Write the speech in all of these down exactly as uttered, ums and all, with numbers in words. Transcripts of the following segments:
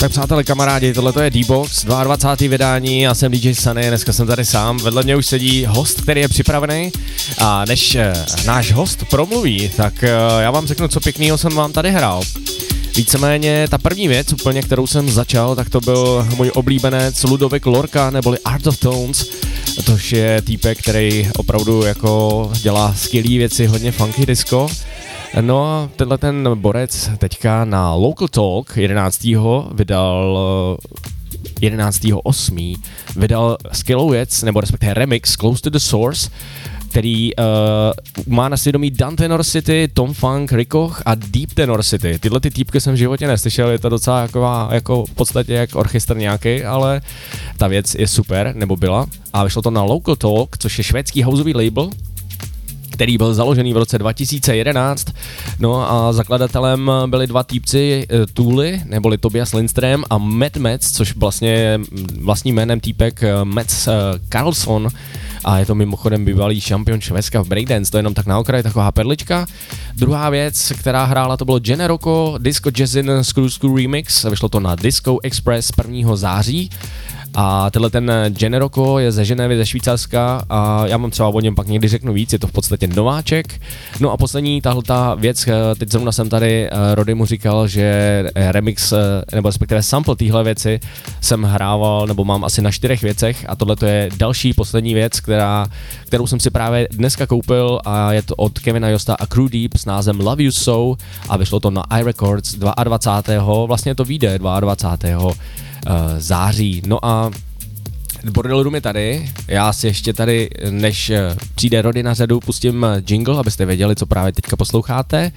Tak přátelé, kamarádi, tohle je D-Box, dvacátého druhého vydání, já jsem D J Sunny, dneska jsem tady sám, vedle mě už sedí host, který je připravený a než uh, náš host promluví, tak uh, já vám řeknu, co pěknýho jsem vám tady hrál. Víceméně ta první věc, úplně kterou jsem začal, tak to byl můj oblíbenec Ludovic Lorca, neboli Art of Tones, což je týpek, který opravdu jako dělá skvělý věci, hodně funky disco. No a tenhle ten borec teďka na Local Talk jedenáctého vydal jedenáctého osmého vydal skvělou věc, nebo respektive remix Close to the Source, který uh, má na svědomí Dan Tenor City, Tom Funk, Rikoch a Deep Tenor City. Tyhle ty týpky jsem v životě neslyšel, je to docela jako, jako v podstatě jak orchestr nějaký, ale ta věc je super, nebo byla. A vyšlo to na Local Talk, což je švédský houseový label, který byl založený v roce dva tisíce jedenáct. No a zakladatelem byli dva týpci, Tooly, neboli Tobias Lindström a Matt Metz, což vlastně vlastním jménem týpek Metz Karlsson. A je to mimochodem bývalý šampion Švédska v breakdance, to je jenom tak na okraji, taková perlička. Druhá věc, která hrála, to bylo Generoko Disco Jazzin Screw Screw Remix, vyšlo to na Disco Express prvního září. A tenhle ten Generoko je ze Ženevy, ze Švýcarska a já vám třeba o něm pak někdy řeknu víc, je to v podstatě nováček. No a poslední tahleta věc, teď zrovna jsem tady Rody mu říkal, že remix, nebo respektive sample téhle věci jsem hrával, nebo mám asi na čtyřech věcech a tohle je další poslední věc, která, kterou jsem si právě dneska koupil a je to od Kevina Josta a Crew Deep s názvem Love You So a vyšlo to na iRecords dvacátého druhého vlastně to vyjde dvacátého druhého září. No a Bordel Room je tady, já si ještě tady, než přijde Rody na řadu, pustím jingle, abyste věděli, co právě teďka posloucháte.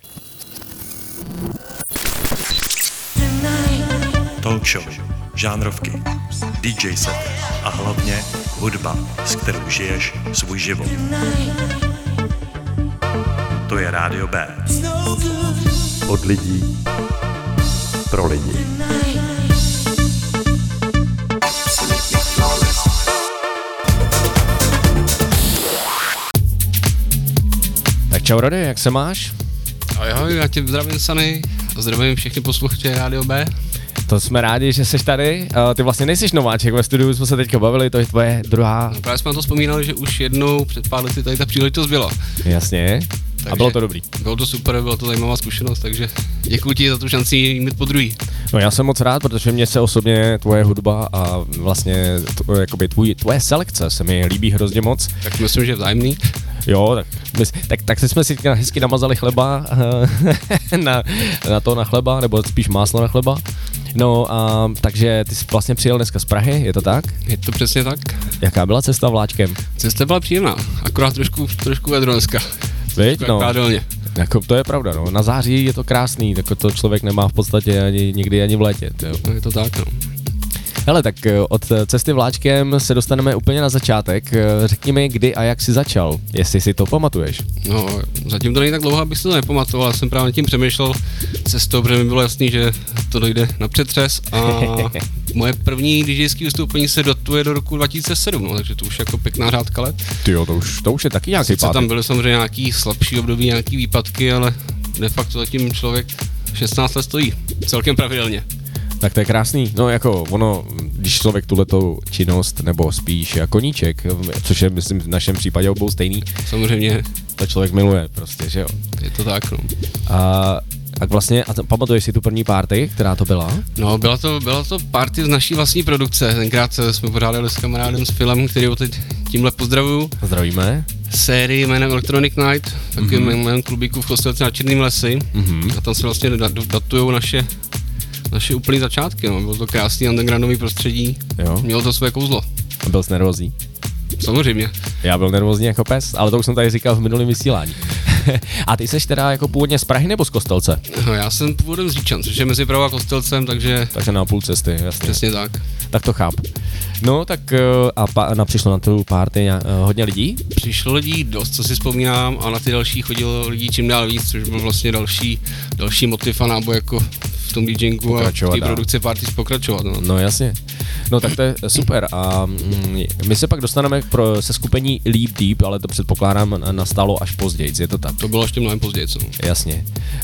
Talk show, žánrovky, D J set a hlavně hudba, s kterou žiješ svůj život. To je Rádio B. Od lidí pro lidi. Tak čau Rody, jak se máš? Ahoj, já tě zdravím Sunny a zdravím všechny posluchače Rádio B. To jsme rádi, že jsi tady. Uh, ty vlastně nejsiš nováček, ve studiu jsme se teďka bavili, to je tvoje druhá... No, právě jsme na to vzpomínali, že už jednou před pár lety tady ta příležitost byla. Jasně. Takže a bylo to dobrý. Bylo to super, byla to zajímavá zkušenost, takže děkuji ti za tu šanci jít po druhý. No já jsem moc rád, protože mě se osobně tvoje hudba a vlastně to, jakoby tvůj, tvoje selekce se mi líbí hrozně moc. Tak myslím, že je vzájemný. Jo, tak, tak, tak jsme si hezky namazali chleba na, na to na chleba, nebo spíš máslo na chleba. No a takže ty jsi vlastně přijel dneska z Prahy, je to tak? Je to přesně tak. Jaká byla cesta vláčkem? Cesta byla příjemná, akorát trošku, trošku vedro dneska. Víš, no. Pravidelně. Jako to je pravda, no. Na září je to krásný, tak to člověk nemá v podstatě ani nikdy ani v létě. No, je to tak, no. Hele, tak od cesty vláčkem se dostaneme úplně na začátek. Řekni mi, kdy a jak jsi začal, jestli si to pamatuješ. No, zatím to není tak dlouho, abych si to nepamatoval, já jsem právě tím přemýšlel cestou, protože mi bylo jasný, že to dojde na přetřes a moje první DJské vystoupení se datuje do roku dva tisíce sedm, no, takže to už jako pěkná řádka let. Tyjo, to už, to už je taky nějaký pátek. Tam byly samozřejmě nějaký slabší období, nějaký výpadky, ale de facto zatím člověk šestnáct let stojí, celkem pravidelně. Tak to je krásný, no jako ono, když člověk tuhletou činnost, nebo spíš koníček, což je myslím v našem případě obou stejný. Samozřejmě. To člověk miluje prostě, že jo. Je to tak, no. A tak vlastně, a pamatuješ si tu první party, která to byla? No, byla to, byla to party z naší vlastní produkce, tenkrát jsme pořádali s kamarádem s Filem, který ho teď tímhle pozdravuju. Zdravíme. Sérii jménem Electronic Night, takovým mm-hmm. jménem klubíku v Kostelci nad Černým lesy. Mm-hmm. A tam se vlastně datujou naše naše úplný začátky, no. Bylo to krásný undergroundový prostředí, jo. Mělo to své kouzlo. A byl jsi nervózní? Samozřejmě. Já byl nervózní jako pes, ale to už jsem tady říkal v minulém vysílání. A ty seš teda jako původně z Prahy nebo z Kostelce? No, já jsem původem z Říčan, což je mezi Prahou a Kostelcem, takže... Takže na půl cesty, jasně. Přesně tak. Tak to chápu. No tak a, pa, a přišlo na tu party hodně lidí? Přišlo lidí dost, co si vzpomínám, a na ty další chodilo lidí čím dál víc, což byl vlastně další, další motiv a náboj jako v tom DJingu a v té produkci parties pokračovat. No. no jasně. No tak to je super a mm, my se pak dostaneme pro se skupení Leap Deep, ale to předpokládám nastalo až později, je to tak? To bylo ještě mnohem později, no. Jasně.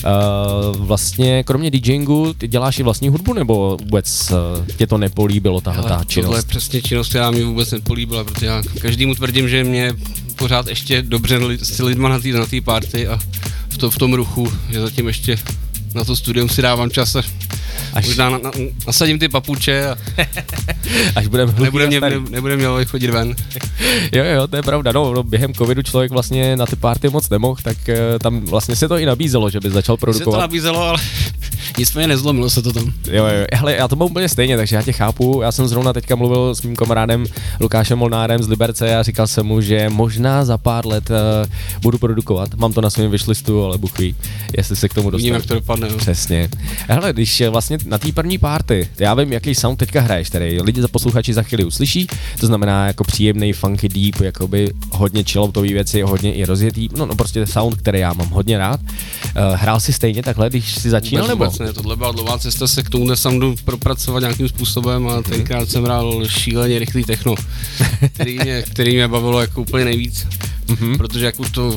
Uh, vlastně kromě DJingu ty děláš i vlastní hudbu, nebo vůbec uh, tě to nepolíbilo, tahle ta činnost? Tohle je přesně činnost, která mi vůbec nepolíbila, protože já každému tvrdím, že mě pořád ještě dobře s lidma na té na té party a v, to, v tom ruchu, že zatím ještě na to studium si dávám čas a až možná na, na, nasadím ty papuče a až budeme nebude mě, ne, nebude mě chodit ven. Jo, jo, to je pravda. No, no, během covidu člověk vlastně na ty party moc nemohl, tak uh, tam vlastně se to i nabízelo, že by začal produkovat. Se to nabízelo, ale nicméně nezlomilo se to tam. Jo, jo, ale já to mám úplně stejně, takže já tě chápu. Já jsem zrovna teďka mluvil s mým kamarádem Lukášem Molnárem z Liberce a říkal jsem mu, že možná za pár let uh, budu produkovat. Mám to na svém wishlistu, ale Bůh ví, jestli se k tomu dostanu. Vidím, jak to dopadne. Jo. Přesně. Hele, když vlastně na té první party, já vím, jaký sound teďka hraješ, který lidi za posluchači za chvíli uslyší, to znamená jako příjemný funky deep, jakoby hodně chilloutový věci, hodně i rozjetý, no, no prostě sound, který já mám hodně rád. Uh, hrál jsi stejně takhle, když jsi začínal, nebo? Ne, tohle byla dlouhá cesta se k tomu soundu propracovat nějakým způsobem a tenkrát jsem hrál šíleně rychlý techno, který mě, který mě bavilo jako úplně nejvíc, mm-hmm. protože jako to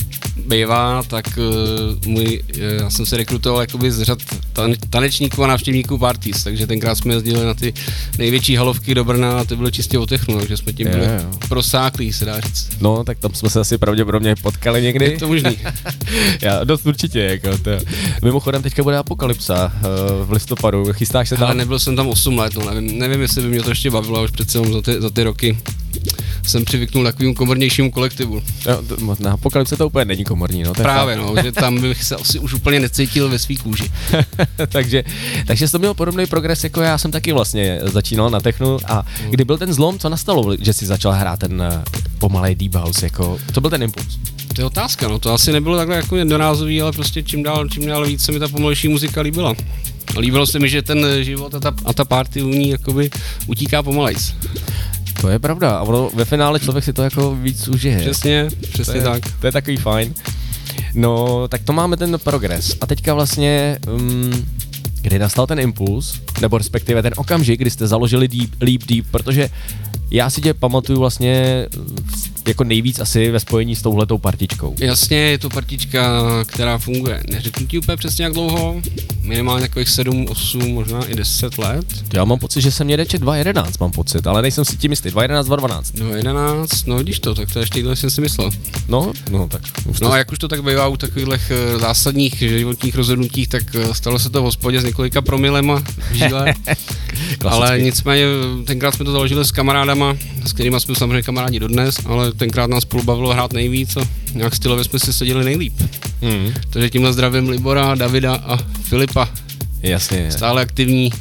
bývá, tak uh, můj, já jsem se rekrutoval jakoby z řad tane, tanečníků a návštěvníků parties, takže tenkrát jsme jezdili na ty největší halovky do Brna a ty byly čistě o technu, takže jsme tím byli prosáklí, se dá říct. No, tak tam jsme se asi pravděpodobně potkali někdy. Je to možný. Já dost určitě, jako to. Mimochodem teďka bude Apokalypsa uh, v listopadu, chystáš se tam? Ale nebyl jsem tam osm let, no, nevím, nevím, jestli by mě to ještě bavilo, už přece za ty, za ty roky jsem přivyknul takovým komornějšímu kolektivu. Jo, to, na Apokalypse to úplně není komorní, no. Právě, no, že tam bych se asi už úplně necítil ve svý kůži. takže, takže jsi to měl podobný progres, jako já jsem taky vlastně začínal na technu a mm. kdy byl ten zlom, co nastalo, že jsi začal hrát ten uh, pomalej deep house, jako, co byl ten impuls? To je otázka, no, to asi nebylo takhle jako jednorázový, ale prostě čím dál, čím dál víc se mi ta pomalejší muzika líbila. A líbilo se mi, že ten život a ta, a ta party u ní jakoby utíká pomalejc. To je pravda a ono ve finále člověk si to jako víc užije. Přesně, přesně to je, tak. To je takový fajn. No, tak to máme ten progres. A teďka vlastně, um, kdy nastal ten impuls, nebo respektive ten okamžik, kdy jste založili Deep, Leap Deep, protože já si tě pamatuju vlastně jako nejvíc asi ve spojení s touhletou partičkou. Jasně, je to partička, která funguje. Neřeknu ti úplně přesně jak dlouho, minimálně takových sedm, osm, možná i deset let. Já mám pocit, že jsem mě deče dva jedenáct, mám pocit, ale nejsem si tím jistý, dva jedenáct, dva dvanáct. dva jedenáct, no vidíš to, tak to ještě jídle jsem si myslel. No, no tak. Už to... No a jak už to tak bývá u takových zásadních životních rozhodnutích, tak stalo se to v hospodě s několika promilema v žíle. Ale nicméně tenkrát jsme to založili s kamarádama, s kterými jsme samozřejmě kamarádi dodnes, ale tenkrát nás spolu bavilo hrát nejvíc a nějak stylově jsme si seděli nejlíp. Mm. Takže tímhle zdravím Libora, Davida a Filipa. Jasně. Stále aktivní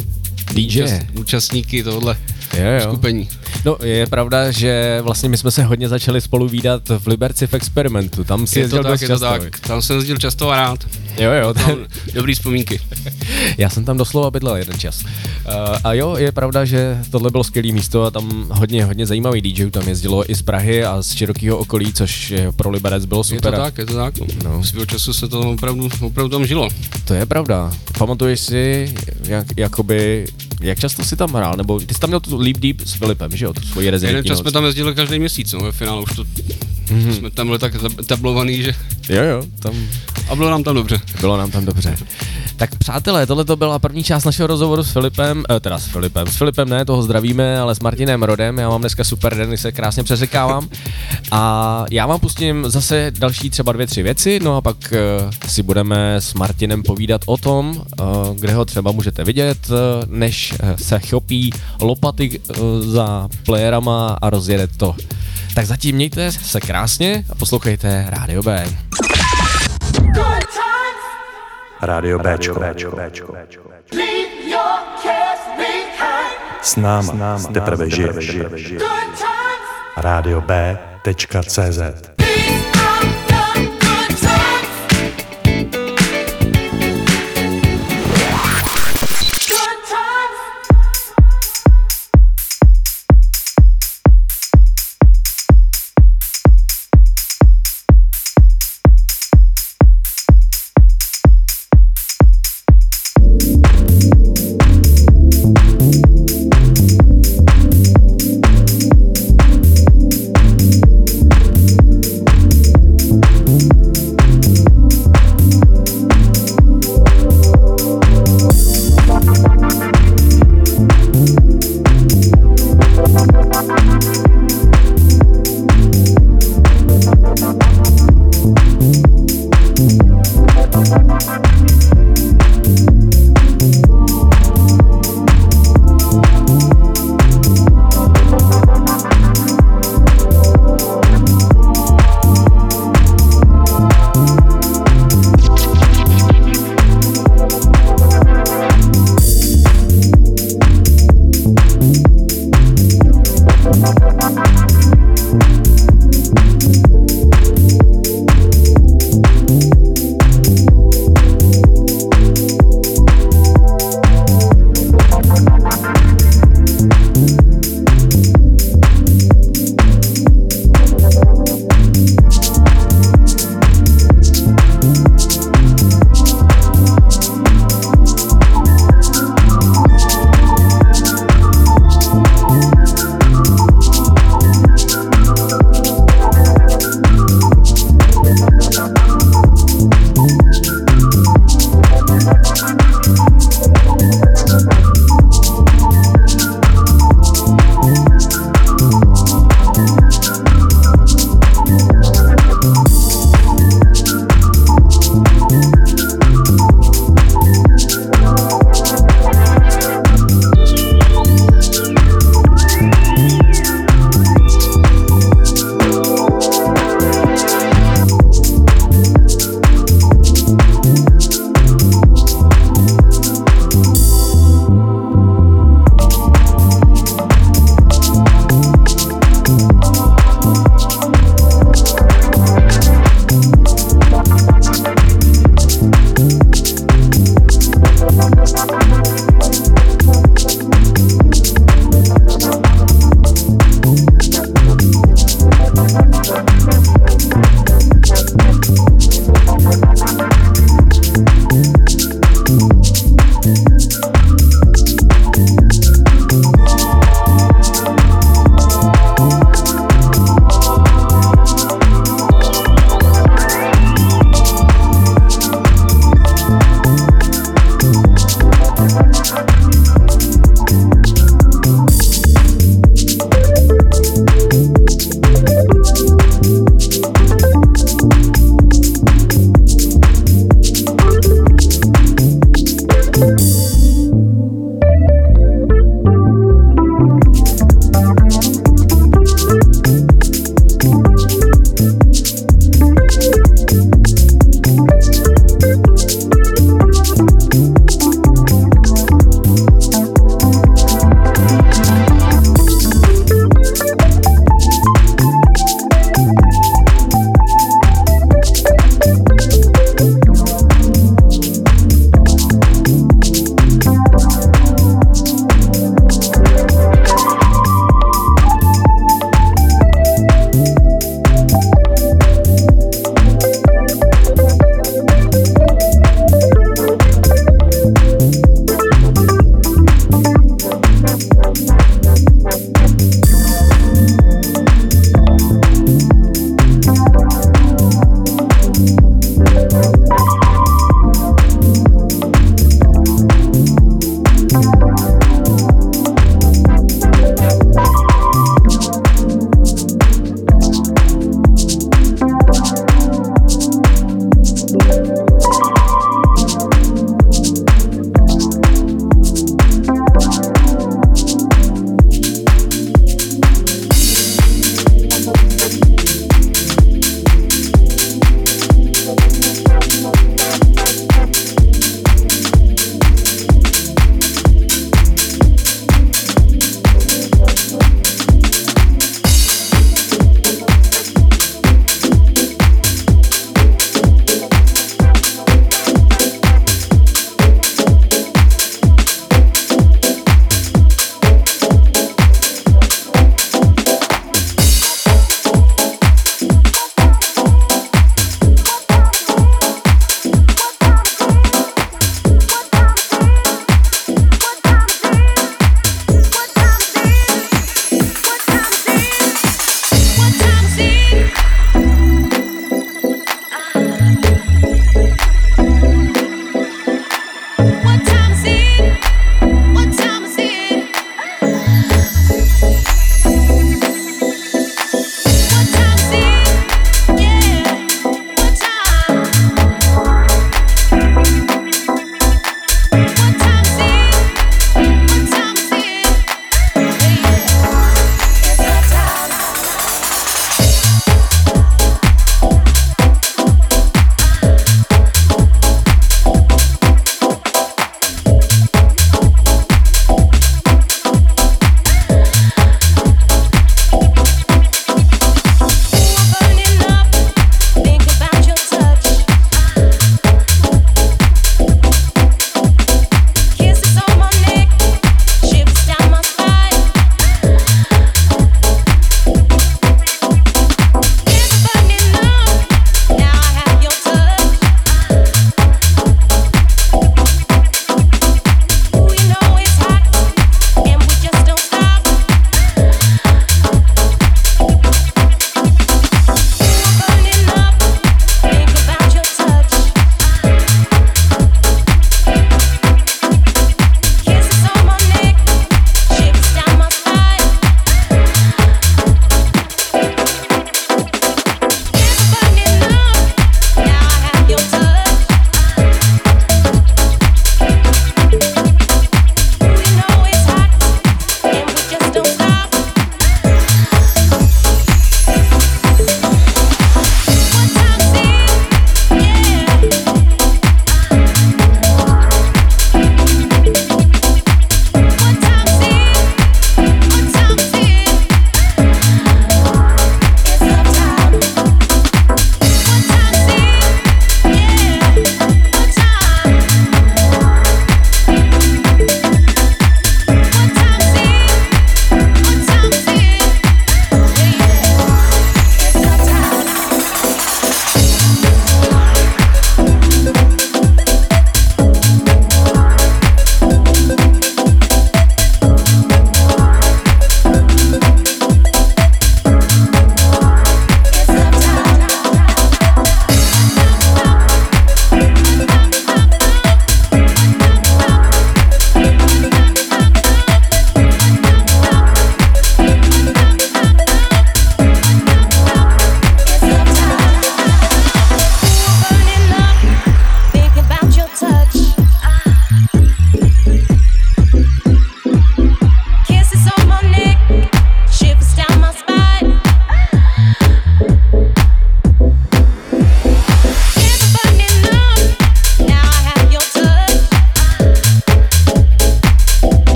D J. Účast, účastníky tohohle jo, jo. skupení. No, je pravda, že vlastně my jsme se hodně začali spolu vídat v Liberci v Experimentu. Tam si jezdil dost často. Tak. Tam jsem jezdil často a rád. Jo, jo. Tam dobrý vzpomínky. Já jsem tam doslova bydlel jeden čas. Uh, a jo, je pravda, že tohle bylo skvělé místo a tam hodně, hodně zajímavý D Jů tam jezdilo i z Prahy a z širokého okolí, což pro Liberec bylo super. Je to tak, je to tak. No. Svýho času se to opravdu, opravdu tam žilo. To je pravda. Pamatuješ si, jak, jakoby, jak často jsi tam hrál, nebo ty jsi tam měl tu Leap Deep s Filipem, že jo, tu svoji rezidentní Jeden čas jsme tam jezdili každý měsíc, no, ve finále už to, mm-hmm. jsme tam byli tak tablovaný, že... Jo, jo, tam... A bylo nám tam dobře. Bylo nám tam dobře. Tak přátelé, tohle to byla první část našeho rozhovoru s Filipem, eh, teda s Filipem, s Filipem ne, toho zdravíme, ale s Martinem Rodem, já mám dneska super den, kdy se krásně přeřekávám a já vám pustím zase další třeba dvě, tři věci, no a pak eh, si budeme s Martinem povídat o tom, eh, kde ho třeba můžete vidět, eh, než se chopí lopaty eh, za playerama a rozjede to. Tak zatím mějte se krásně a poslouchejte Rádio B. Rádio Béčko. S náma teprve žiješ. rádio bé tečka cé zet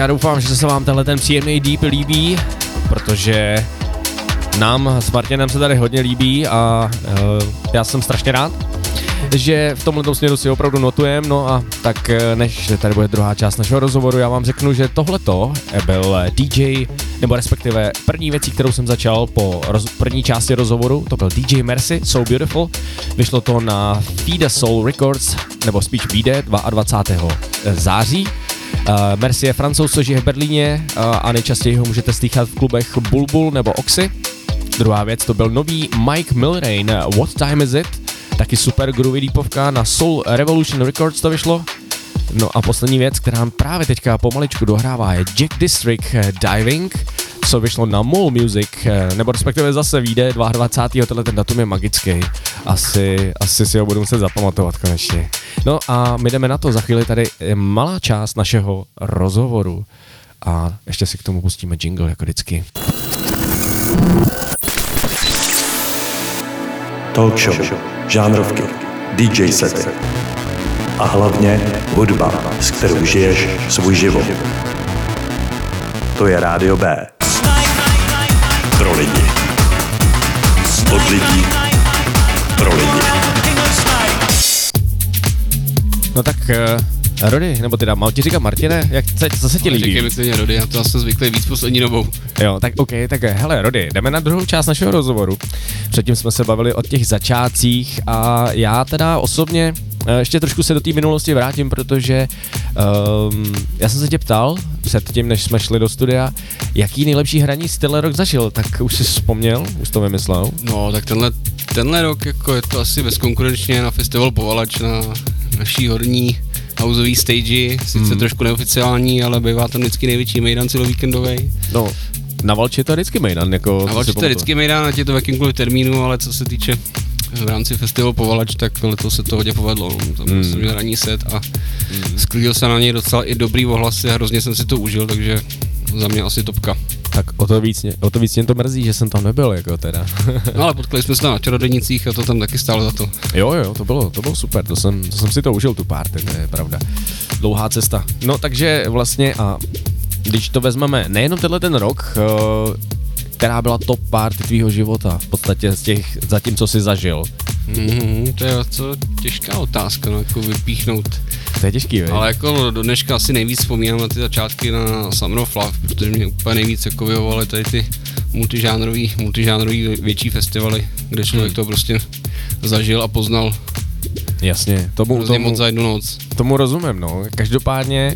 já doufám, že se vám tenhle ten příjemný deep líbí, protože nám s Martinem se tady hodně líbí a uh, já jsem strašně rád, že v tomhle směru si opravdu notujeme. No a tak než tady bude druhá část našeho rozhovoru, já vám řeknu, že tohleto byl D J, nebo respektive první věcí, kterou jsem začal po roz, první části rozhovoru, to byl D J Mercy, So Beautiful. Vyšlo to na Feed Soul Records, nebo spíš vyjde dvacátého druhého září. Uh, Mercy je Francouz, co žije v Berlíně uh, a nejčastěji ho můžete slychat v klubech Bulbul nebo Oxy. Druhá věc, to byl nový Mike Milrain, What Time Is It? Taky super groovy deepovka, na Soul Revolution Records to vyšlo. No a poslední věc, která nám právě teďka pomaličku dohrává, je Jack District Diving, co vyšlo na Mole Music, nebo respektive zase vyjde dvacátého druhého Tenhle ten datum je magický. Asi, asi si ho budu muset zapamatovat konečně. No a my jdeme na to, za chvíli tady je malá část našeho rozhovoru a ještě si k tomu pustíme jingle jako vždycky. Talk show, žánrovky, D J sety a hlavně hudba, s kterou žiješ svůj život. To je Rádio B. Pro lidi. Od lidí. Pro lidi. No tak uh, Rody, nebo teda mám ti říkat Martine, jak se, co se ti líbí? Říkej mi klidně Rody, já to jsem zvyklý víc poslední dobou. Jo, tak OK, tak hele Rody, jdeme na druhou část našeho rozhovoru. Předtím jsme se bavili o těch začátcích a já teda osobně ještě trošku se do té minulosti vrátím, protože um, já jsem se tě ptal předtím, než jsme šli do studia, jaký nejlepší hraní jsi tenhle rok zažil, tak už jsi vzpomněl, už to vymyslel? No, tak tenhle, tenhle rok jako je to asi bezkonkurenčně na festival Povalač, na naší horní houseový stage, sice hmm. trošku neoficiální, ale bývá tam vždycky největší mejdan celovíkendovej. No, na Valči je to vždycky mejdan, jako... Na Valči to je vždycky mejdan, ať je to v jakýmkoliv termínu, ale co se týče v rámci festivalu Povalač, tak letos se to hodně povedlo. Tam hmm. jsem měl ranní set a hmm. sklidil se na něj docela i dobrý ohlasy a hrozně jsem si to užil, takže za mě asi topka. Tak o to víc, o to víc mě to mrzí, že jsem tam nebyl, jako teda. No ale potkali jsme se na Čarodějnicích a to tam taky stálo za to. Jo, jo, to bylo, to bylo super, to jsem, to jsem si to užil, tu party, to je pravda. Dlouhá cesta. No takže vlastně a když to vezmeme nejenom tenhle ten rok, která byla top party tvýho života, v podstatě z těch, za tím, co jsi zažil. Mm-hmm, to je co těžká otázka, no, jako vypíchnout. To je těžký, vej. Ale jako do dneška asi nejvíc vzpomínám na ty začátky na Summer of Love, protože mě úplně nejvíc jako vyhovovaly tady ty multižánrový, multižánrový větší festivaly, kde člověk hmm. to prostě zažil a poznal. Jasně, tomu, tomu, moc za jednu noc. Tomu rozumím, no. Každopádně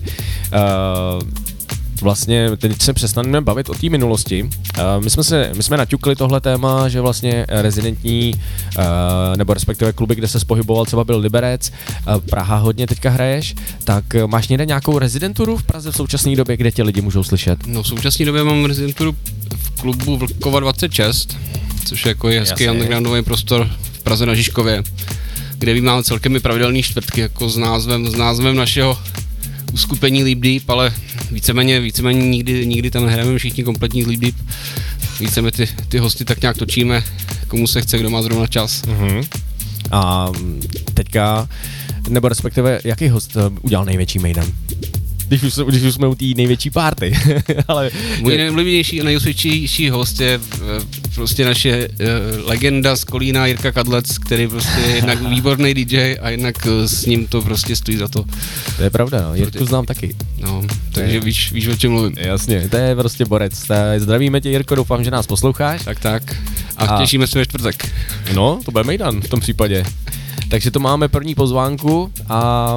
uh, vlastně teď se přestaneme bavit o té minulosti. Uh, my jsme se, my jsme naťukli tohle téma, že vlastně rezidentní, uh, nebo respektive kluby, kde se pohyboval, třeba byl Liberec, uh, Praha hodně teďka hraješ, tak uh, máš někde nějakou rezidenturu v Praze v současné době, kde tě lidi můžou slyšet? No v současné době mám rezidenturu v klubu Vlkova dvacet šest, což je jako hezký Jasně. undergroundový prostor v Praze na Žižkově, kde máme celkem i pravidelný čtvrtky, jako s názvem, s názvem našeho uskupení Leap Deep, ale víceméně, víceméně nikdy, nikdy tam hrajeme všichni kompletní Leap Deep. Víceméně ty, ty hosty tak nějak točíme, komu se chce, kdo má zrovna čas. Uh-huh. A teďka, nebo respektive, jaký host udělal největší mejdan? Když už, když už jsme u té největší party. Ale můj nejoblíbenější a nejosvědčnější host je prostě naše uh, legenda z Kolína Jirka Kadlec, který prostě je jednak výborný D J a jednak uh, s ním to prostě stojí za to. To je pravda, no. Jirku znám taky. No, takže je... víš, víš, o čem mluvím. Jasně, to je prostě borec. Zdravíme tě, Jirko, doufám, že nás posloucháš. Tak, tak. A, a těšíme se ve čtvrtek. No, to bude mejdan v tom případě. Takže to máme první pozvánku a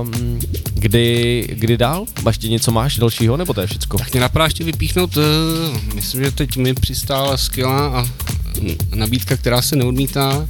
kdy, kdy dál? Ještě něco máš dalšího, nebo to je všecko? Tak mě napadá ještě vypíchnout, uh, myslím, že teď mi přistála skvělá a nabídka, která se neodmítá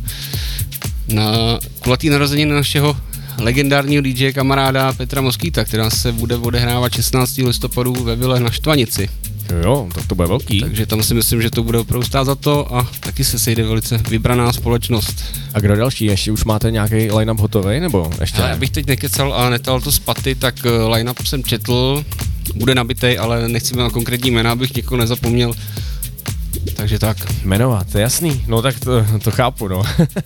na kulatý narozeniny našeho legendárního D J kamaráda Petra Moskýta, která se bude odehrávat šestnáctého listopadu ve Vile na Štvanici. Jo, tak to bude velký. Takže tam si myslím, že to bude opravdu stát za to a taky se sejde velice vybraná společnost. A kdo další? Ještě už máte nějaký line-up hotový, nebo ještě? Já bych teď nekecal a netal to z paty, tak line-up jsem četl, bude nabitej, ale nechci mít konkrétní jména, abych někoho nezapomněl. Takže tak. Jmenovat, to je jasný, no tak to, to chápu, no.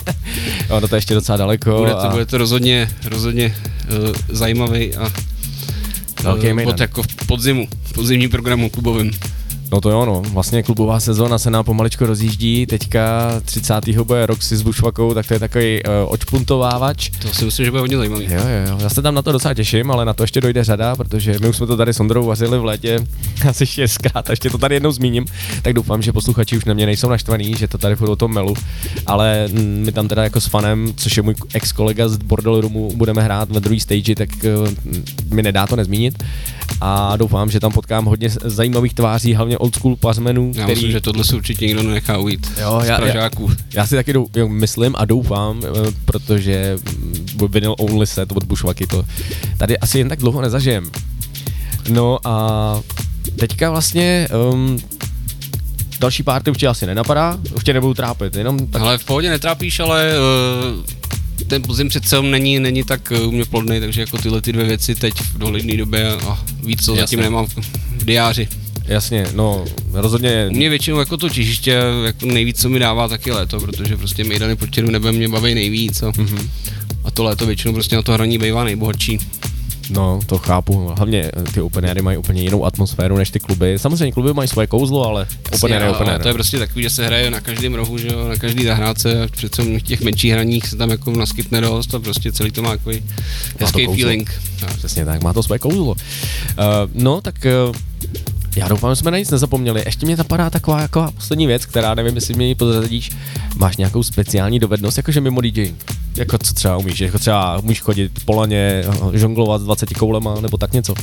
Ono to je ještě docela daleko. Bude to, a... bude to rozhodně, rozhodně uh, zajímavý a velký uh, pod jako v podzimu. podzimním programu klubovým. No to jo, no. Vlastně klubová sezóna se nám pomaličko rozjíždí, teďka třicátého bude Roxy s Bushwackou, tak to je takový uh, očpuntovávač. To si myslím, že bude hodně zajímavý. Jo, jo, jo. Já se tam na to docela těším, ale na to ještě dojde řada, protože my už jsme to tady s Ondrou vařili v létě asi šestkrát, a ještě to tady jednou zmíním, tak doufám, že posluchači už na mě nejsou naštvaný, že to tady furt o tom melu, ale my tam teda jako s Fanem, což je můj ex-kolega z Bordel Roomu, budeme hrát ve druhé stage, tak uh, mi nedá to nezmínit a doufám, že tam potkám hodně zajímavých tváří, hlavně old school pařmenů, Já který... myslím, že tohle se určitě nikdo nenechá ujít. Jo, z já, Pražáků. já, já si taky dou, jo, myslím a doufám, protože vinyl only set od Bushwacky to tady asi jen tak dlouho nezažijem. No a teďka vlastně um, další party už tě asi nenapadá, už tě nebudu trápit, jenom tak... Ale v pohodě netrápíš, ale uh, ten podzim přece není, není tak u mě plodnej, takže jako tyhle ty dvě věci teď v dohledné době a víc co Jasně. zatím nemám v, v diáři. Jasně, no rozhodně... U mě většinou jako to těžiště, jako nejvíc co mi dává taky léto, protože prostě mejdany pod černým nebem mě baví nejvíc a, Mm-hmm. a to léto většinou prostě na to hraní bývá nejbohatší. No, to chápu, hlavně ty open airy mají úplně jinou atmosféru než ty kluby. Samozřejmě kluby mají svoje kouzlo, ale open air je open air. To je prostě takový, že se hraje na každém rohu, že jo, na každý zahrádce a přece v těch menších hraních se tam jako naskytne dost a prostě celý to má takový hezký feeling. No, přesně tak, má to svoje kouzlo. Uh, no, tak uh, já doufám, že jsme na nic nezapomněli. Ještě mě napadá taková jako poslední věc, která nevím, jestli mě ji pozradíš. Máš nějakou speciální dovednost, jakože mimo DJing? Jako co třeba umíš? Jako třeba umíš chodit po laně, žonglovat s dvaceti koulema, nebo tak něco?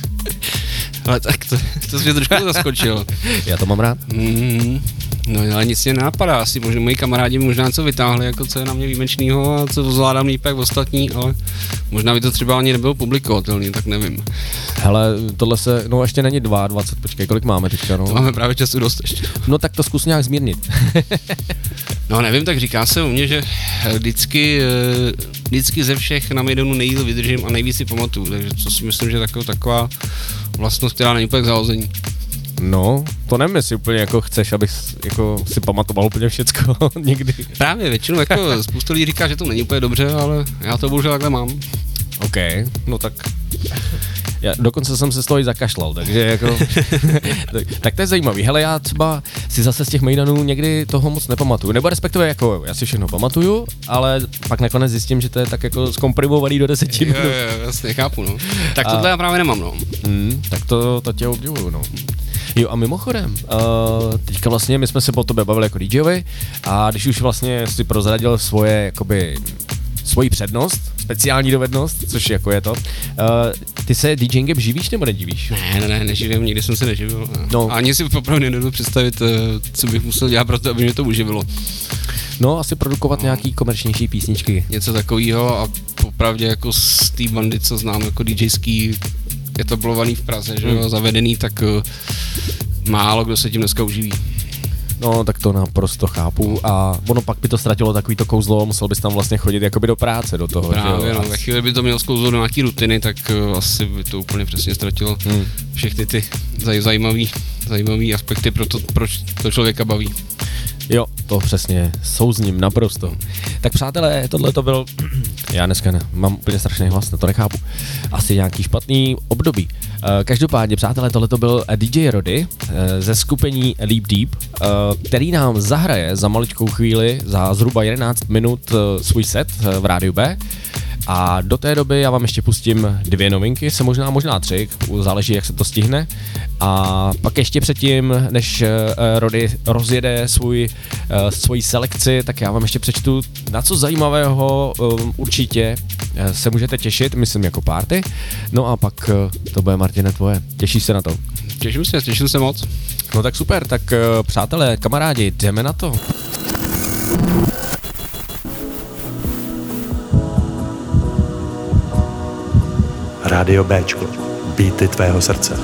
Ale tak to, to jsi mě trošku zaskočil. Já to mám rád. Mm, no ale nic mě nenapadá, asi možná moji kamarádi možná co vytáhli, jako co je na mě výjimečného a co zvládám líp jak ostatní, ale možná by to třeba ani nebylo publikovatelný, tak nevím. Hele, tohle se, no ještě není dvacet dva, počkej, kolik máme teďka, no? To máme právě času dost ještě. No tak to zkus nějak zmírnit. No nevím, tak říká se u mě, že vždycky, vždycky ze všech na Maidanu nejdýl vydržím a nejvíc si pamatuju, takže to si myslím, že je taková, taková vlastnost, která není úplně k zahození. No, to nevím, jestli úplně jako chceš, abych jako si pamatoval úplně všecko někdy. Právě, většinou jako spousta lidí říká, že to není úplně dobře, ale já to bohužel takhle mám. OK, no tak... Já dokonce jsem se z toho i zakašlal, takže jako... tak, tak to je zajímavý. Hele, já třeba si zase z těch mejdanů někdy toho moc nepamatuju. Nebo respektive jako, já si všechno pamatuju, ale pak nakonec zjistím, že to je tak jako zkomprimovaný do deseti minut. Jo, jo, jasně, chápu, no. Tak tohle a... já právě nemám, no. Mm, tak to, to tě obdivuju, no. Jo a mimochodem, uh, teďka vlastně my jsme se po tobě bavili jako DJovi a když už vlastně si prozradil svoje, jakoby, svoji přednost, speciální dovednost, což jako je to, uh, ty se DJingem živíš nebo nedívíš? Ne, ne, ne, neživím, nikdy jsem se neživil. No. Ani si opravdu nedovedu představit, co bych musel dělat pro to, aby mě to uživilo. No, asi produkovat no. nějaký komerčnější písničky. Něco takového a popravdě jako z té bandy, co znám, jako DJský, etablovaný v Praze, že jo, hmm. zavedený, tak uh, málo kdo se tím dneska uživí. No, tak to naprosto chápu a ono pak by to ztratilo takový to kouzlo, musel bys tam vlastně chodit jakoby do práce, do toho, právě, že jo? No, ve chvíli by to mělo sklouzlo do nějaký rutiny, tak uh, asi by to úplně přesně ztratilo hmm. všechny ty zaj- zajímavý, zajímavý aspekty, pro to, proč to člověka baví. Jo, to přesně, souzním naprosto. Tak přátelé, tohle to byl, já dneska ne, mám úplně strašný hlas, to nechápu, asi nějaký špatný období. Každopádně, přátelé, tohle to byl D J Rody ze skupení Leap Deep, který nám zahraje za maličkou chvíli, za zhruba jedenáct minut svůj set v Rádiu B. A do té doby já vám ještě pustím dvě novinky, se možná, možná tři, záleží, jak se to stihne. A pak ještě předtím, než uh, Rody rozjede svůj, uh, svoji selekci, tak já vám ještě přečtu, na co zajímavého um, určitě uh, se můžete těšit, myslím jako party. No a pak uh, to bude, Martine, tvoje. Těšíš se na to? Těším se, těším se moc. No tak super, tak uh, přátelé, kamarádi, jdeme na to. Rádio Béčko, beaty tvého srdce.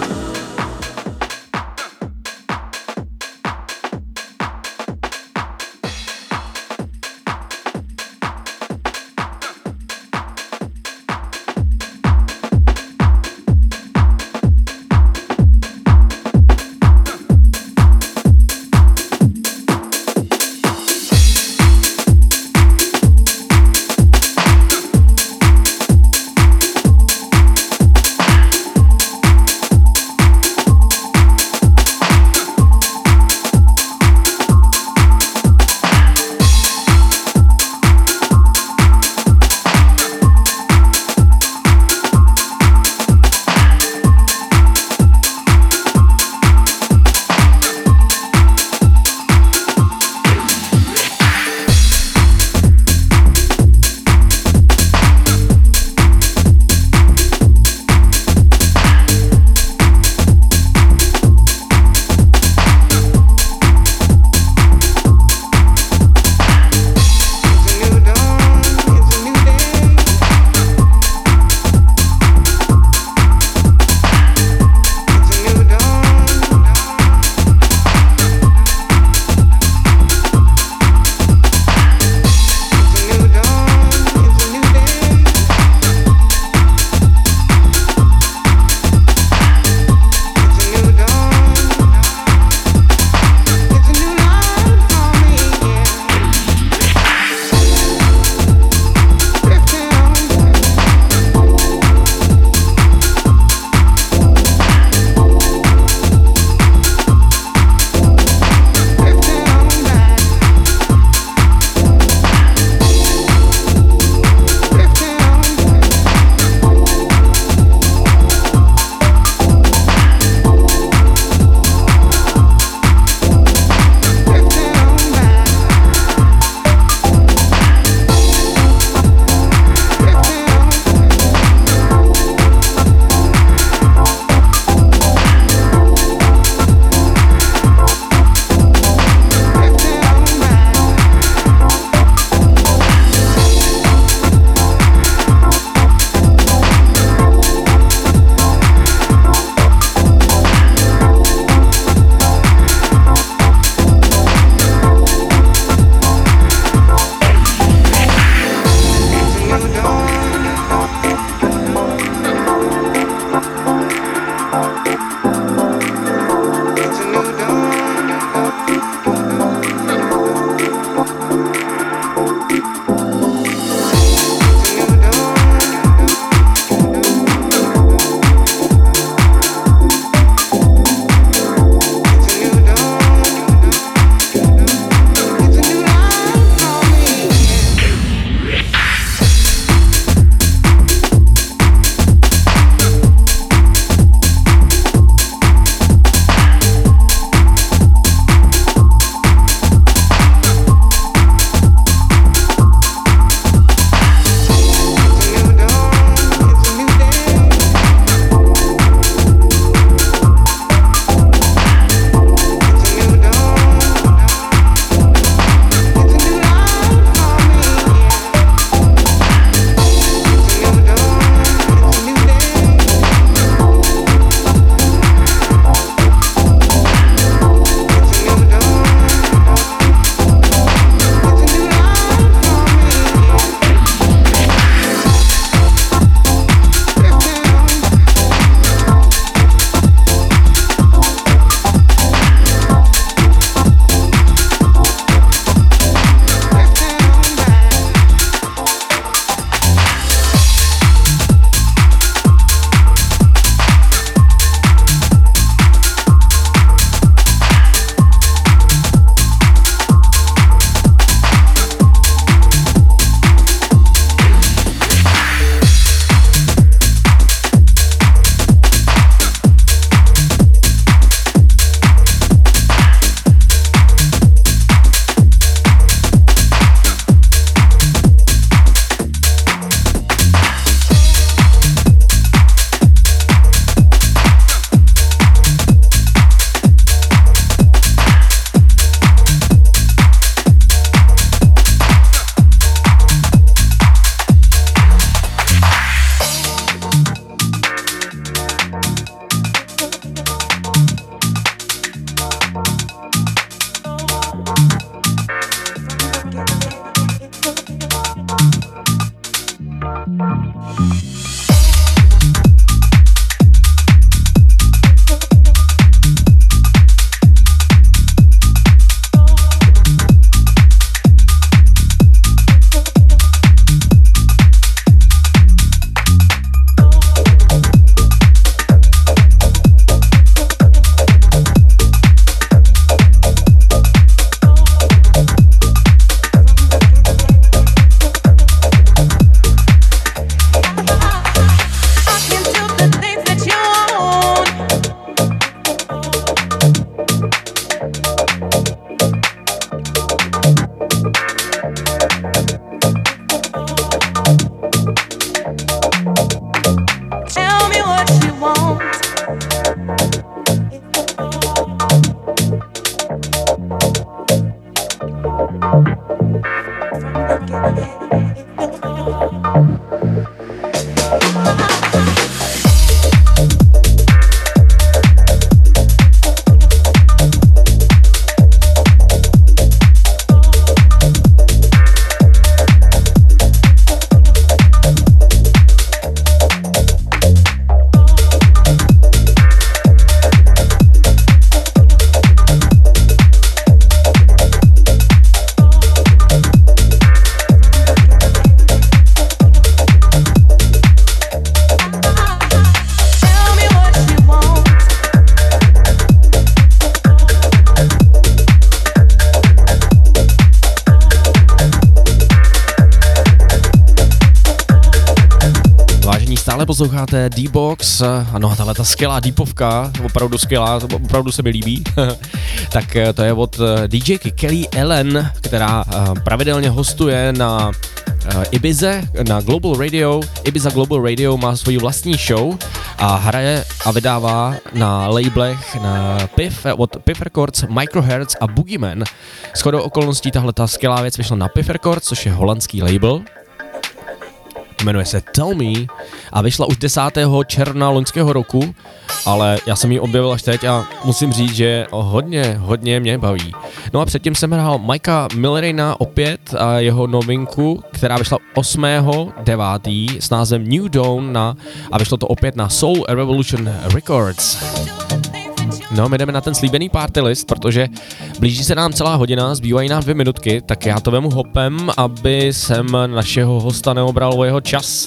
Stále posloucháte D-Box, ano, tahle ta skvělá deepovka, opravdu skvělá, opravdu se mi líbí, tak to je od DJky Kelly Ellen, která pravidelně hostuje na Ibize, na Global Radio. Ibiza Global Radio má svoji vlastní show a hraje a vydává na labelech na Piff, od Piff Records, Microhertz a Boogeyman. Shodou okolností tahle ta skvělá věc vyšla na Piff Records, což je holandský label. Jmenuje se Tell Me a vyšla už desátého června loňského roku, ale já jsem ji objevil až teď a musím říct, že hodně, hodně mě baví. No a předtím jsem hrál Mikea Millerina opět a jeho novinku, která vyšla osmého devátého s názvem New Dawn na, a vyšlo to opět na Soul Revolution Records. No, my jdeme na ten slíbený party list, protože blíží se nám celá hodina, zbývají nám dvě minutky, tak já to vemu hopem, aby jsem našeho hosta neobral o jeho čas.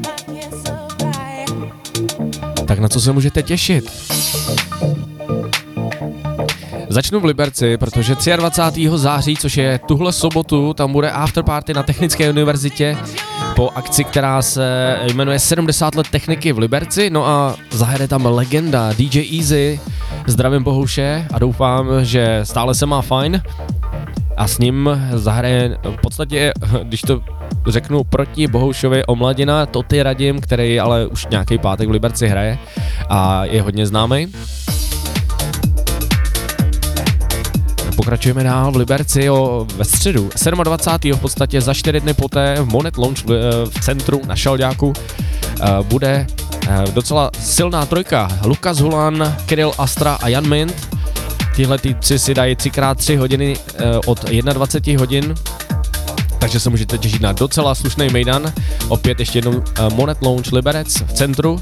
Tak na co se můžete těšit? Začnu v Liberci, protože dvacátého září, což je tuhle sobotu, tam bude afterparty na Technické univerzitě po akci, která se jmenuje sedmdesát let techniky v Liberci, no a zahraje tam legenda D J Easy. Zdravím Bohuše a doufám, že stále se má fajn a s ním zahraje v podstatě, když to řeknu proti Bohušovi, Omladina, Toty Radim, který ale už nějaký pátek v Liberci hraje a je hodně známý. Pokračujeme dál v Liberci jo, ve středu dvacátého sedmého v podstatě za čtyři dny poté v Monet Lounge v centru na Šalďáku bude docela silná trojka. Lukas Hulan, Kirill Astra a Jan Mint. Tihle týpci si dají tři krát tři hodiny od dvacet jedna hodin, takže se můžete těšit na docela slušný mejdan. Opět ještě jednou Monet Lounge Liberec v centru.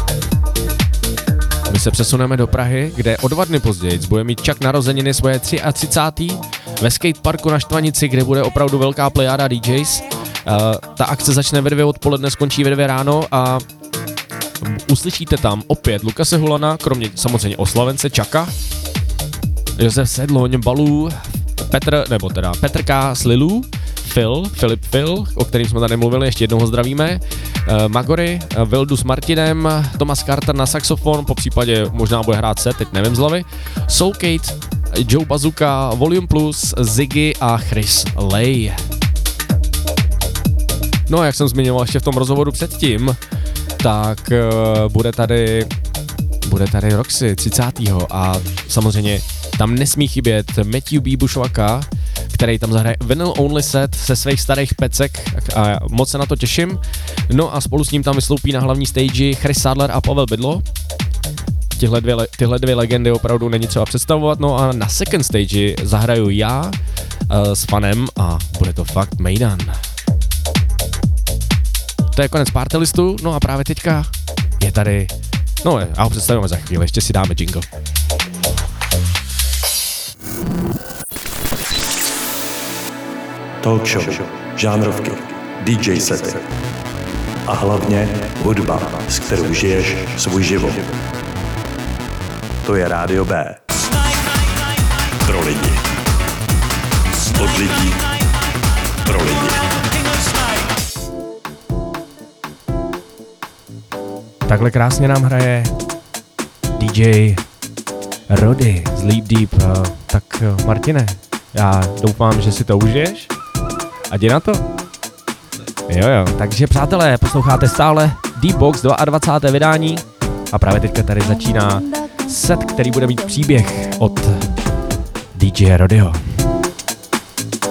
My se přesuneme do Prahy, kde o dva dny později bude mít Čak narozeniny svoje třicáté ve skateparku na Štvanici, kde bude opravdu velká plejáda D Js. Uh, ta akce začne ve dvě odpoledne, skončí ve dvě ráno a uslyšíte tam opět Lukase Hulana, kromě samozřejmě oslavence Čaka, Josef Sedloň, Balů, Petr, nebo teda Petr K. s Lilů, Phil, Filip Phil, o kterým jsme tady mluvili, ještě jednou ho zdravíme, uh, Magory, uh, Vildu s Martinem, Thomas Carter na saxofon, po případě možná bude hrát set, teď nevím z hlavy, Soul Kate, Joe Bazuka, Volume Plus, Ziggy a Chris Lay. No a jak jsem zmiňoval ještě v tom rozhovoru předtím, tak uh, bude tady bude tady Roxy třicátého a samozřejmě tam nesmí chybět Matthew B. Bushwacka, který tam zahraje vinyl only set se svých starých pecek a moc se na to těším. No a spolu s ním tam vystoupí na hlavní stage Chris Sadler a Pavel Bydlo. Tyhle dvě, tyhle dvě legendy opravdu není třeba představovat. No a na second stage zahraju já uh, s fanem a bude to fakt mejdan. To je konec party listu, no a právě teďka je tady, no já ho představíme za chvíli, ještě si dáme jingle. Talk show, žánrovky, D J sety a hlavně hudba, s kterou žiješ svůj život. To je Rádio B. Pro lidi. Od lidí. Pro lidi. Takhle krásně nám hraje D J Rody z Leap Deep. Tak Martine, já doufám, že si to užiješ. A jdi na to. Jo jo, takže přátelé, posloucháte stále D-Box dvacátého druhého vydání a právě teďka tady začíná set, který bude mít příběh od D J Rodyho.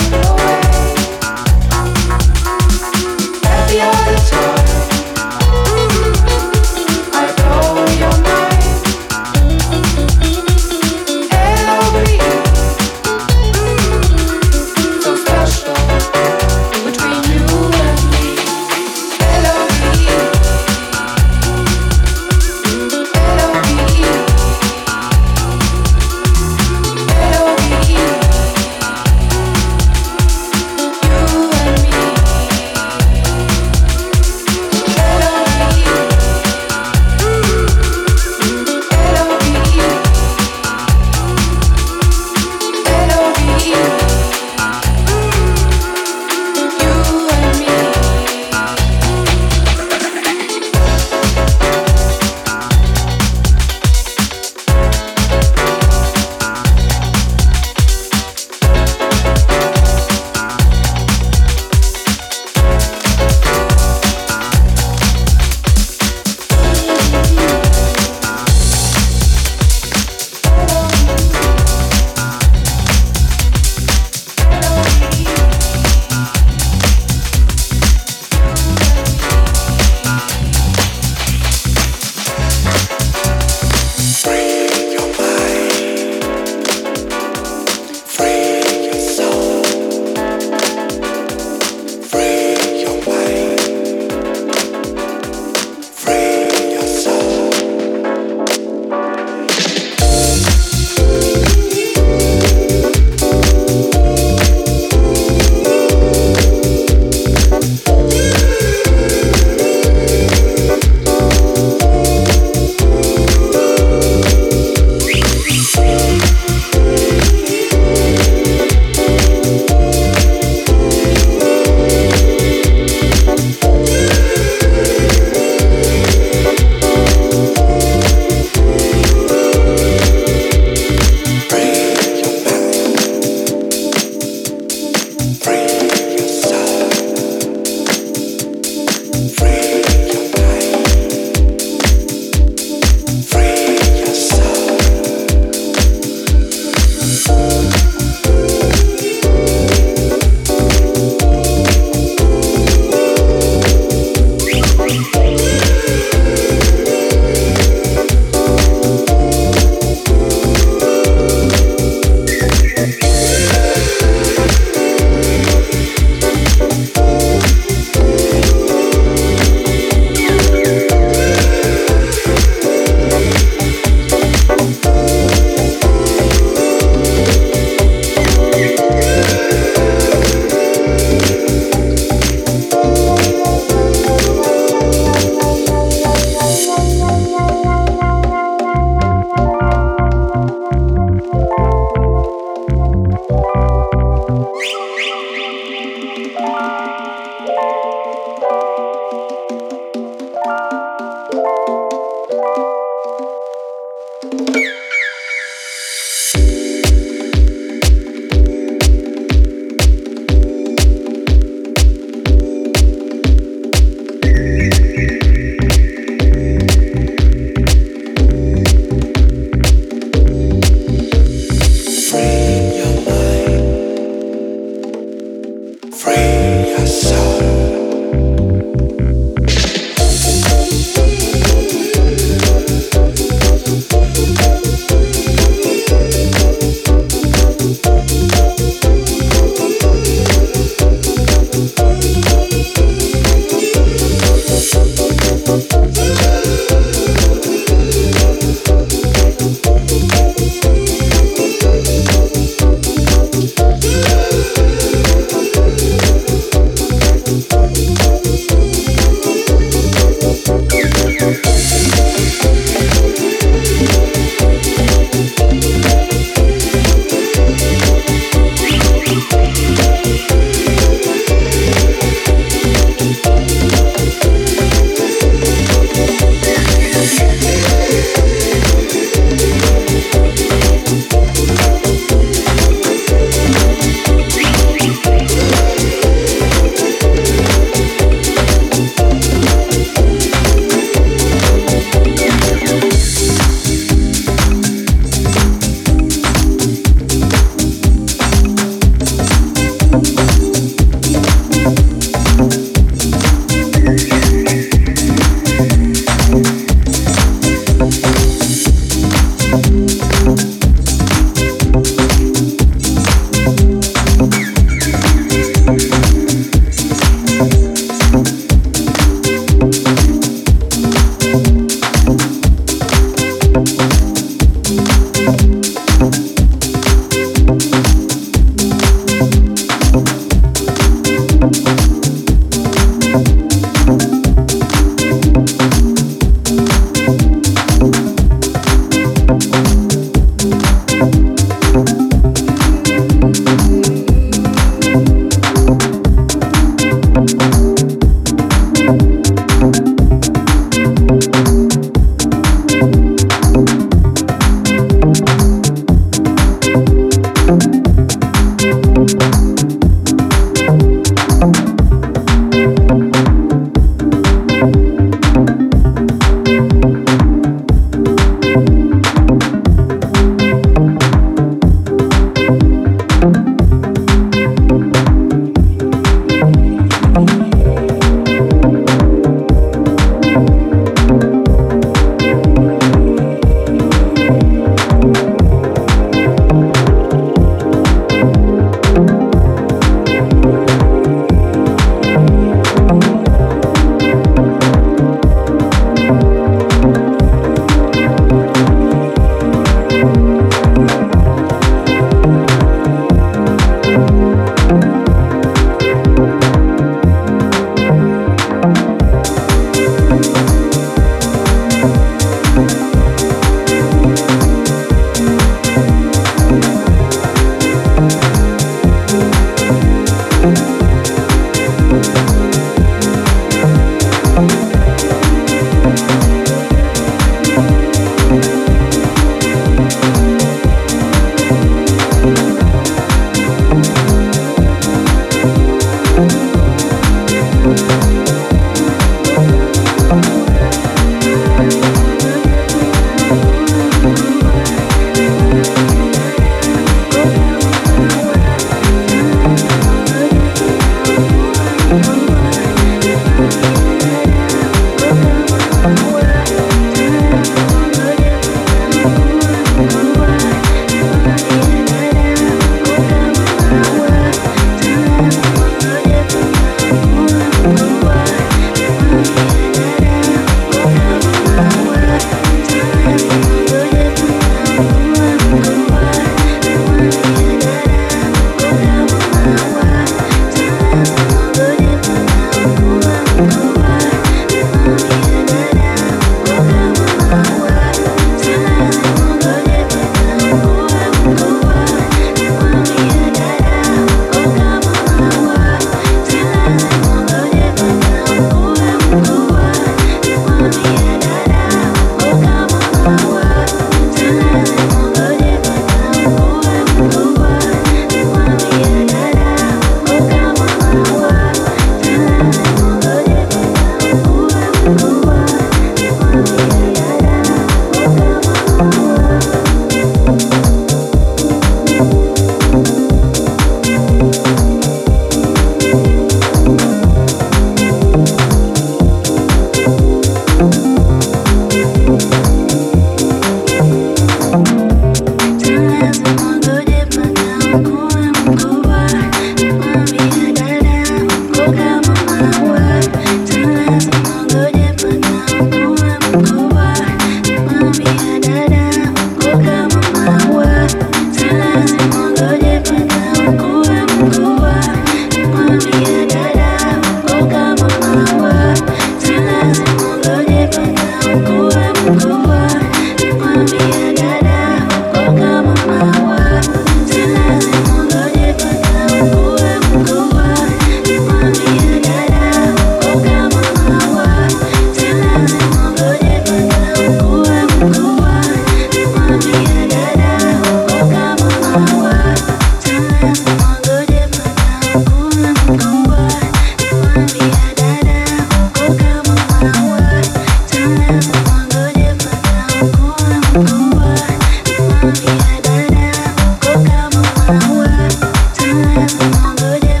Good.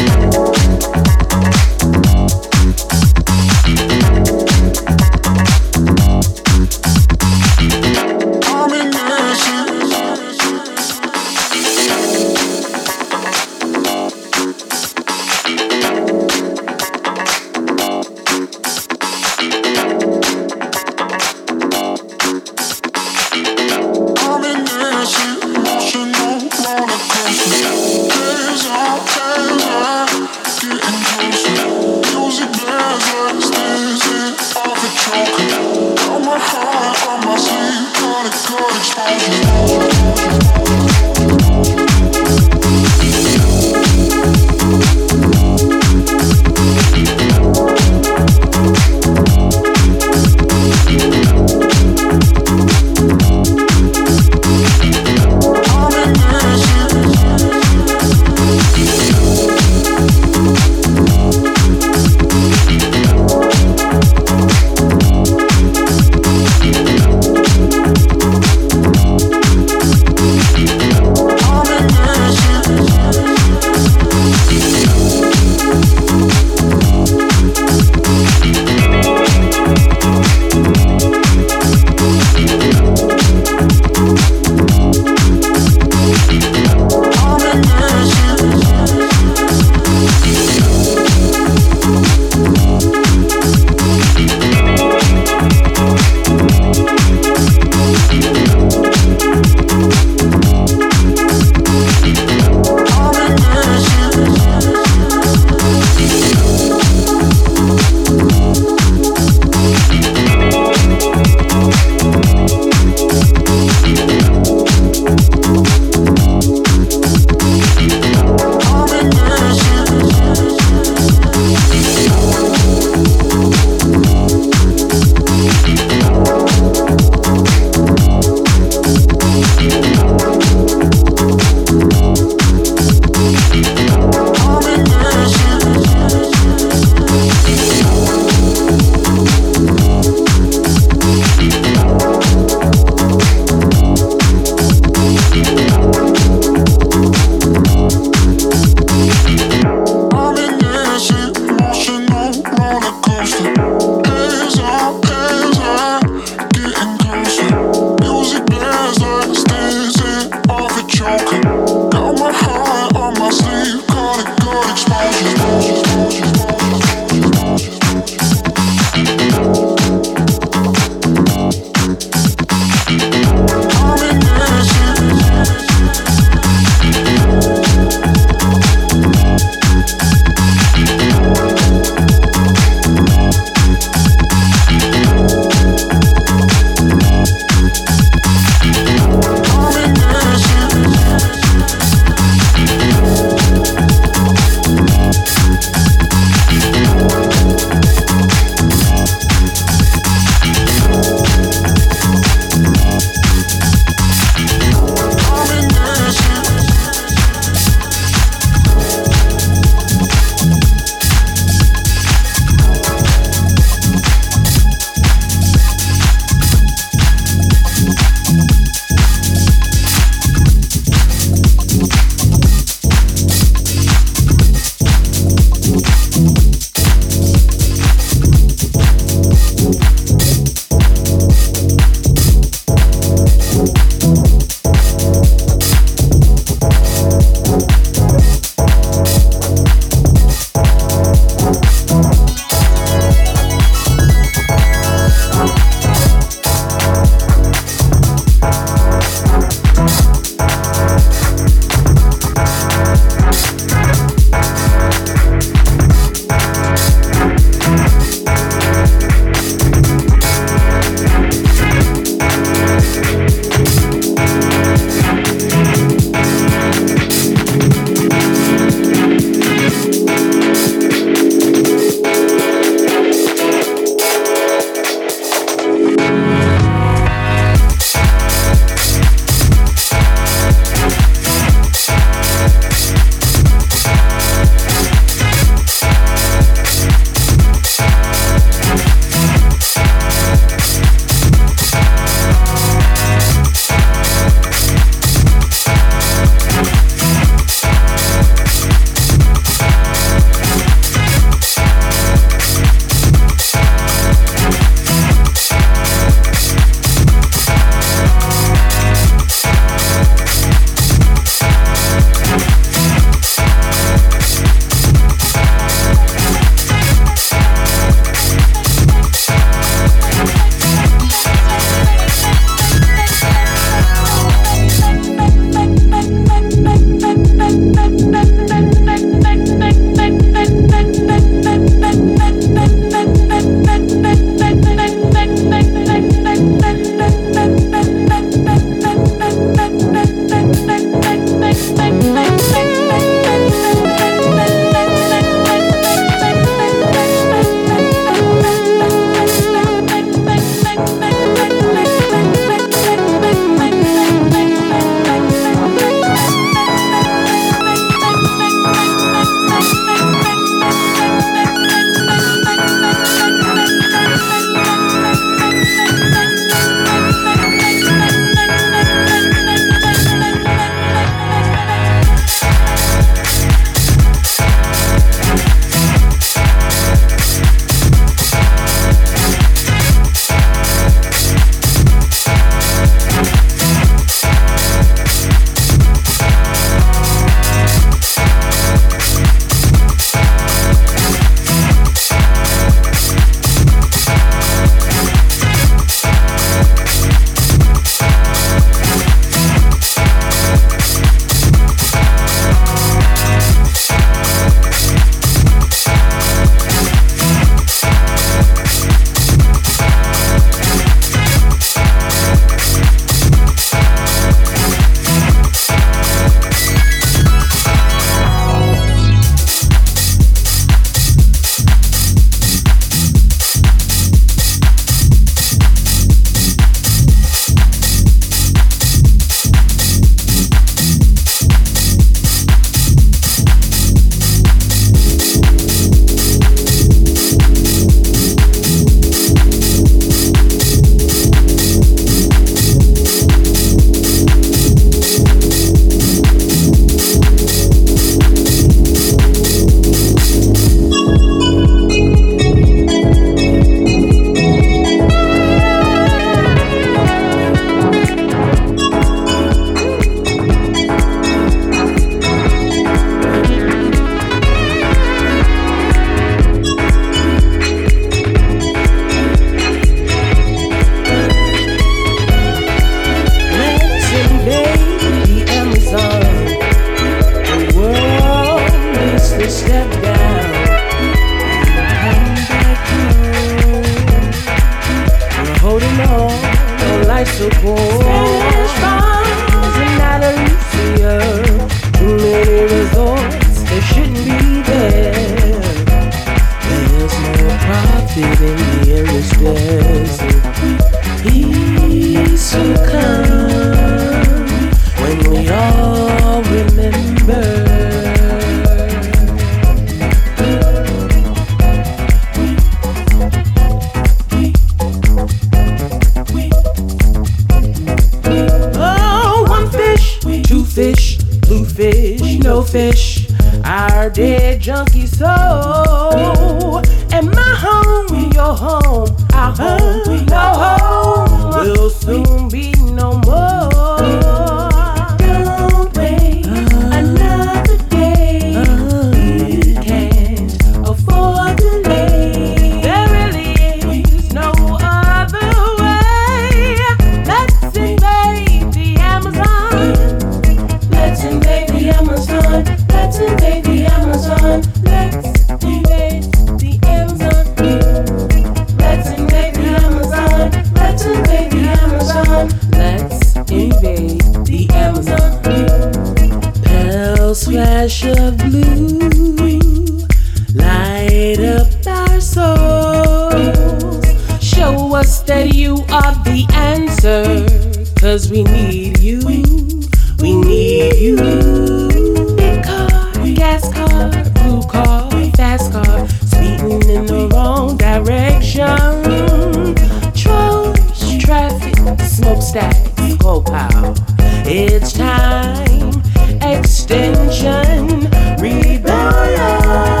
no fish, our dead junkie soul. And my home, your home, our home, no home will soon be no more. Don't wait another day. We can't afford delay. There really is no other way. Let's invade the Amazon. Let's invade the Amazon. Let's invade the Amazon. Let's invade the Amazon. Let's invade the Amazon. Let's invade the Amazon. Let's invade the Amazon. Pale splash of blue, light up our souls. Show us that you are the answer, 'cause we need you. We need you. Big car, gas car, blue car, fast car, speeding in the wrong direction. Trolls, traffic, smokestacks, coal power. It's time, extension, rebellion.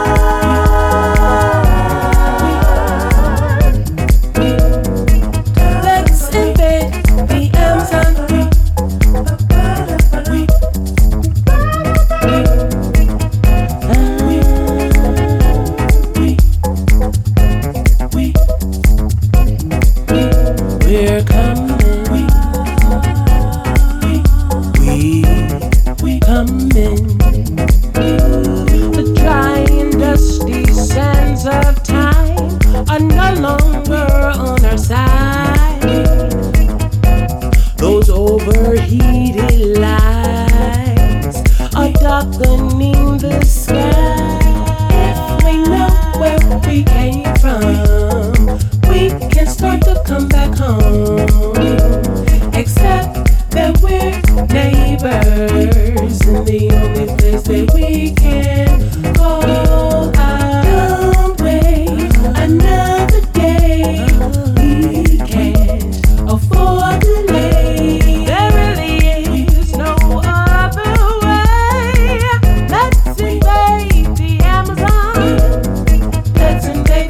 Let's invade the Amazon. We're coming. We coming. The dry and dusty sands of time are no longer on our side. Those overheated lights are darkening the sky. If we know where we came from, we can start to come back home. Except that we're neighbors, and the only place that we can call our. Don't wait another day. We can't afford delay. There really is no other way. Let's invade the Amazon. Let's invade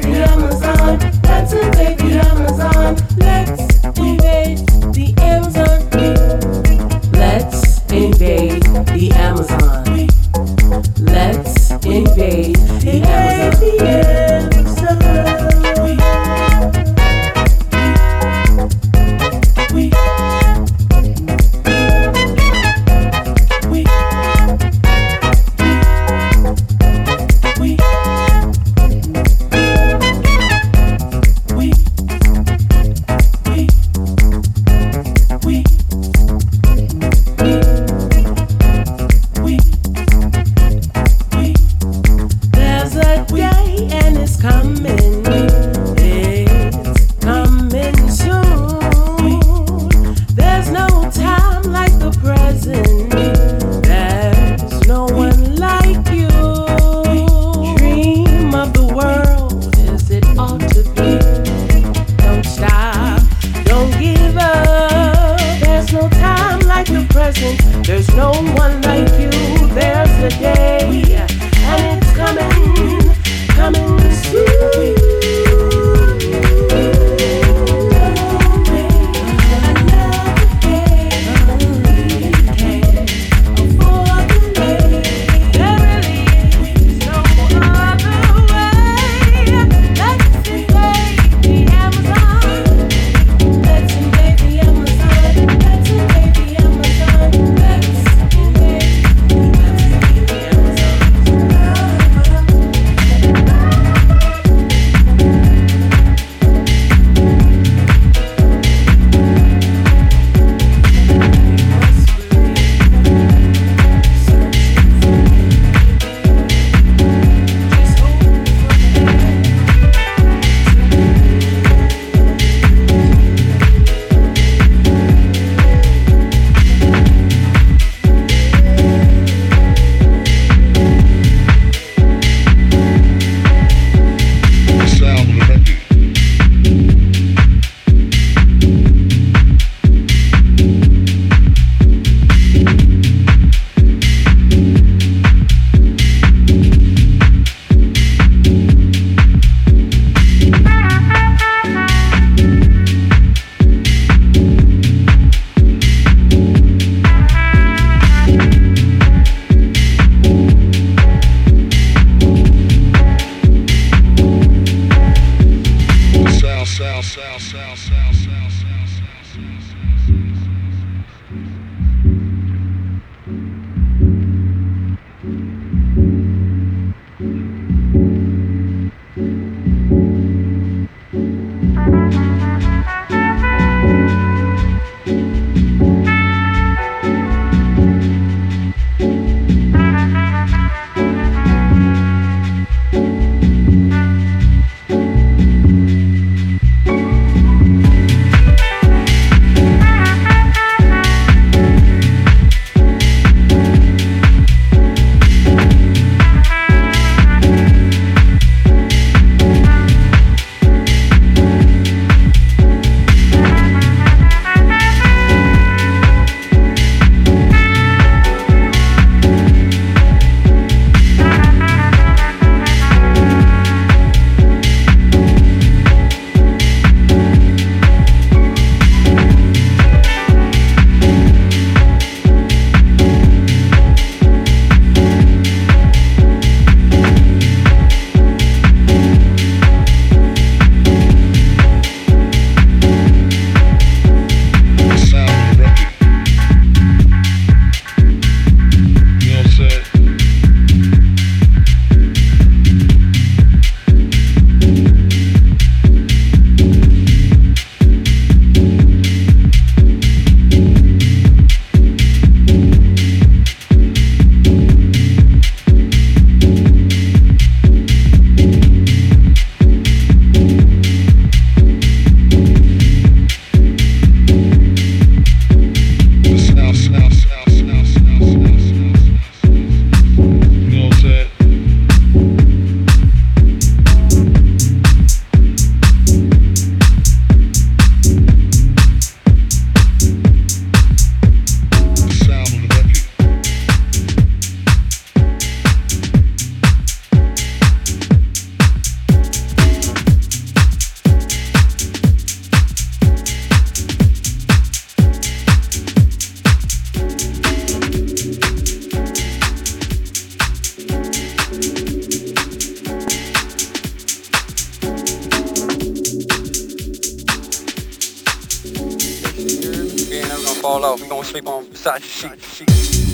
all out. We gonna sleep on beside your sheet.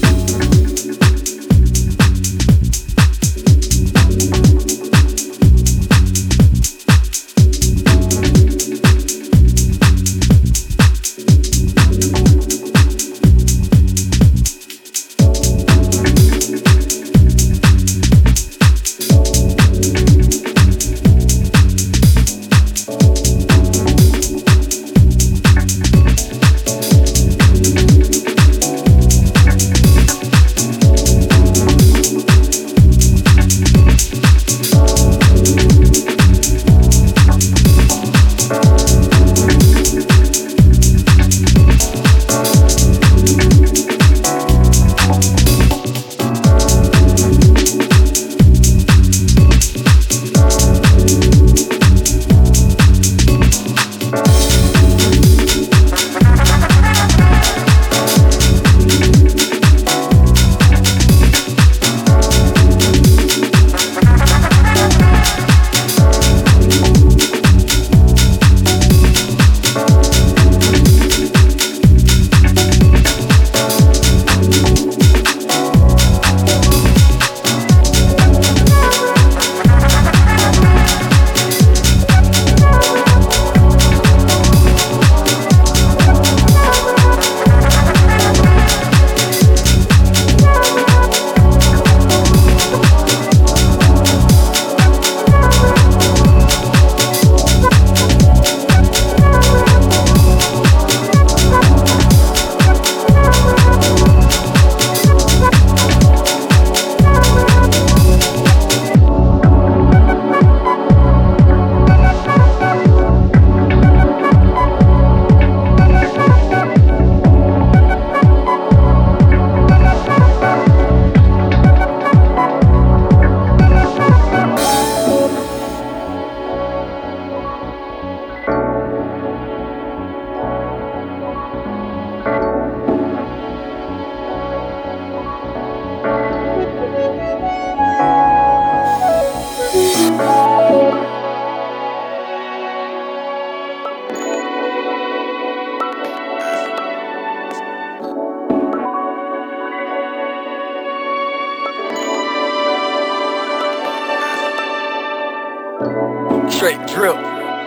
Straight drill.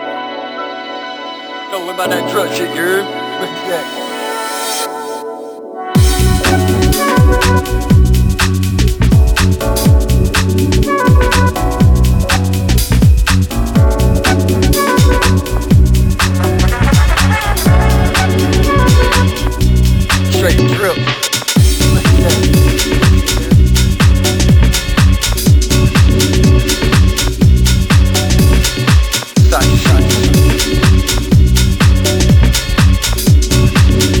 Don't worry about that drug shit, you heard? Look at that. Straight drill. Look at that. Side to side.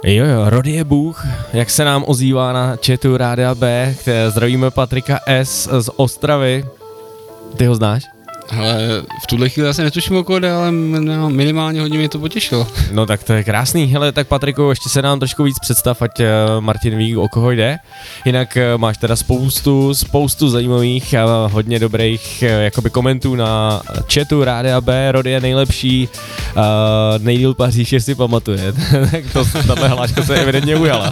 Jo, jo, Rody je Bůh, jak se nám ozývá na chatu Rádia B, které zdravíme Patrika S. z Ostravy. Ty ho znáš? Ale v tuhle chvíli asi netuším o kode, ale minimálně hodně mě to potěšilo. No tak to je krásný, hele, tak Patriku, ještě se nám trošku víc představ, ať uh, Martin ví, o koho jde. Jinak uh, máš teda spoustu, spoustu zajímavých a hodně dobrých uh, jakoby komentů na chatu Rádia B, Rody je nejlepší, uh, nejdýl Paříž, jestli si pamatuje. Tak to, tato hláška se evidentně ujala.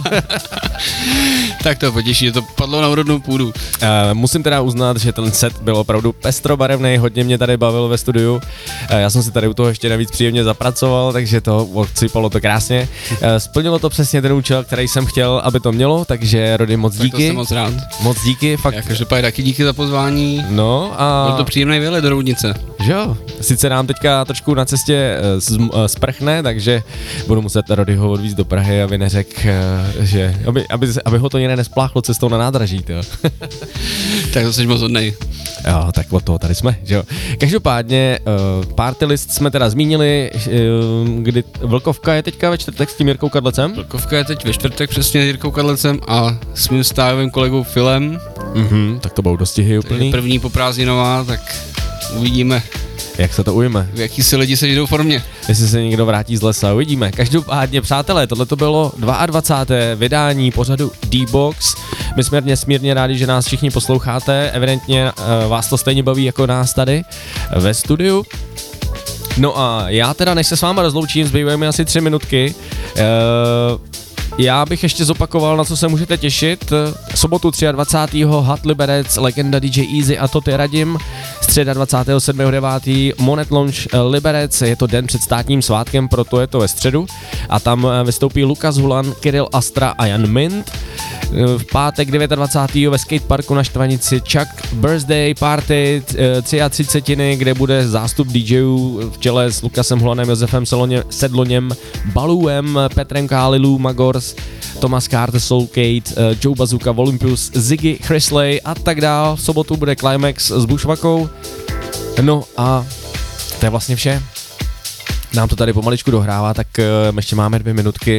Tak to potěší, že to padlo na úrodnou půdu. Uh, musím teda uznat, že ten set byl opravdu pestrobarevný, hodně mě tady bavil ve studiu. Uh, já jsem si tady u toho ještě navíc příjemně zapracoval, takže to odsypalo to krásně. Uh, splnilo to přesně ten účel, který jsem chtěl, aby to mělo, takže Rody, moc díky. Tak to jsem moc rád. Moc díky, fakt. Já každopádně taky díky za pozvání. No a... Byl to příjemný výlet do Roudnice. Jo, sice nám teďka trošku na cestě uh, sprchne, takže budu muset Rodyho odvízt do Prahy, aby neřekl, uh, že... Aby, aby, aby ho to někde nespláchlo cestou na nádraží, to. Tak to jsi moc hodnej. Jo, tak od toho tady jsme, že jo. Každopádně uh, party list jsme teda zmínili, uh, kdy Vlkovka je teďka ve čtvrtek s tím Jirkou Kadlecem. Vlkovka je teď ve čtvrtek přesně s Jirkou Kadlecem a s mým stájovým kolegou Filem. Mhm, tak to budou dostihy úplný. První poprázdninová, tak uvidíme. Jak se to ujme. V jaký si lidi se jdou formě. Jestli se někdo vrátí z lesa, uvidíme. Každopádně, přátelé, tohle to bylo dvacáté druhé vydání pořadu D-Box. My jsme nesmírně rádi, že nás všichni posloucháte. Evidentně uh, vás to stejně baví jako nás tady ve studiu. No a já teda, než se s váma rozloučím, zbývají mi asi tři minutky. Uh, Já bych ještě zopakoval, na co se můžete těšit. Sobotu dvacátého třetího Hot Liberec, legenda D J Easy a Toty Radim. Středa dvacátého sedmého devátého Monet Lounge Liberec, je to den před státním svátkem, proto je to ve středu. A tam vystoupí Lukas Hulan, Kirill Astra a Jan Mint. V pátek dvacátého devátého ve skateparku na Štvanici Chuck Birthday Party třicátiny, kde bude zástup DJů v čele s Lukasem Hulanem, Josefem Sedloněm, Baluem, Petrem Kálilů, Magors, Thomas Carter, Soulcade, Joe Bazooka, Olympus, Ziggy, Chrisley a tak dál. V sobotu bude Climax s Bushwackou. No a to je vlastně vše. Nám to tady pomaličku dohrává, tak uh, ještě máme dvě minutky.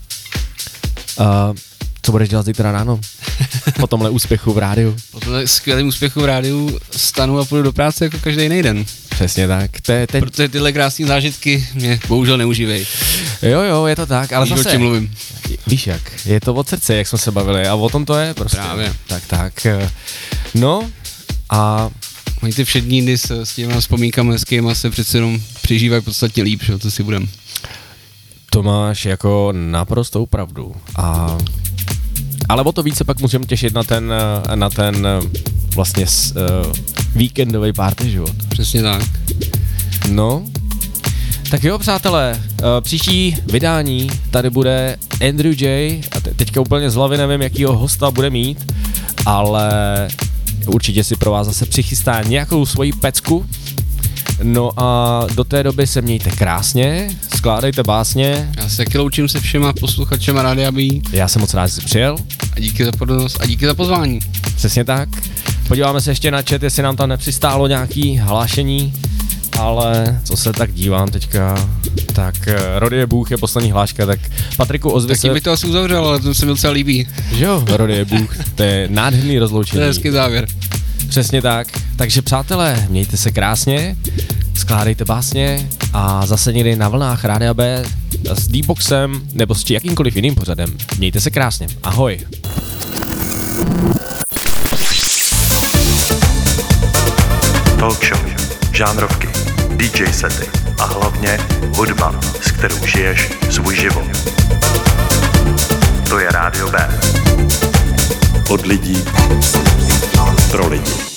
Uh, Co budeš dělat zítra ráno? Po tomhle úspěchu v rádiu. Po tomhle skvělém úspěchu v rádiu stanu a půjdu do práce jako každý jiný den. Přesně tak. To je ten... Protože tyhle krásné zážitky mě bohužel neužívají. Jo, jo, je to tak, ale Víš, zase... o čem mluvím. Víš jak, je to od srdce, jak jsme se bavili a o tom to je prostě. Právě. Tak, tak. No a... Mají ty všední dny s, s těma vzpomínkami hezkýma se přece jenom přežívají podstatně líp, že? To si budem. To máš jako naprostou pravdu. A... Ale o to více pak můžeme těšit na ten, na ten vlastně uh, víkendový party život. Přesně tak. No, tak jo, přátelé, uh, příští vydání tady bude Andrew J. A te- teďka úplně z hlavy nevím, jakýho hosta bude mít, ale určitě si pro vás zase přichystá nějakou svoji pecku. No a do té doby se mějte krásně, skládejte básně. Já se taky loučím se všema posluchačema Rádia B. Já jsem moc rád, že jsi přijel. A díky za pozornost a díky za pozvání. Přesně tak. Podíváme se ještě na chat, jestli nám tam nepřistálo nějaký hlášení, ale co se tak dívám teďka, tak Rody je Bůh je poslední hláška, tak Patriku, ozvi se. Taky bych to asi uzavřel, ale to se mi docela líbí. Že jo, Rody je Bůh, to je nádherný rozloučení. To je hezký závěr. Přesně tak. Takže přátelé, mějte se krásně, skládejte básně a zase někdy na vlnách Rádia B s D-Boxem nebo s jakýmkoliv jiným pořadem. Mějte se krásně. Ahoj. Talk show, žánrovky, D J sety a hlavně hudba, s kterou žiješ svůj život. To je Rádio B. Od lidí pro lidi.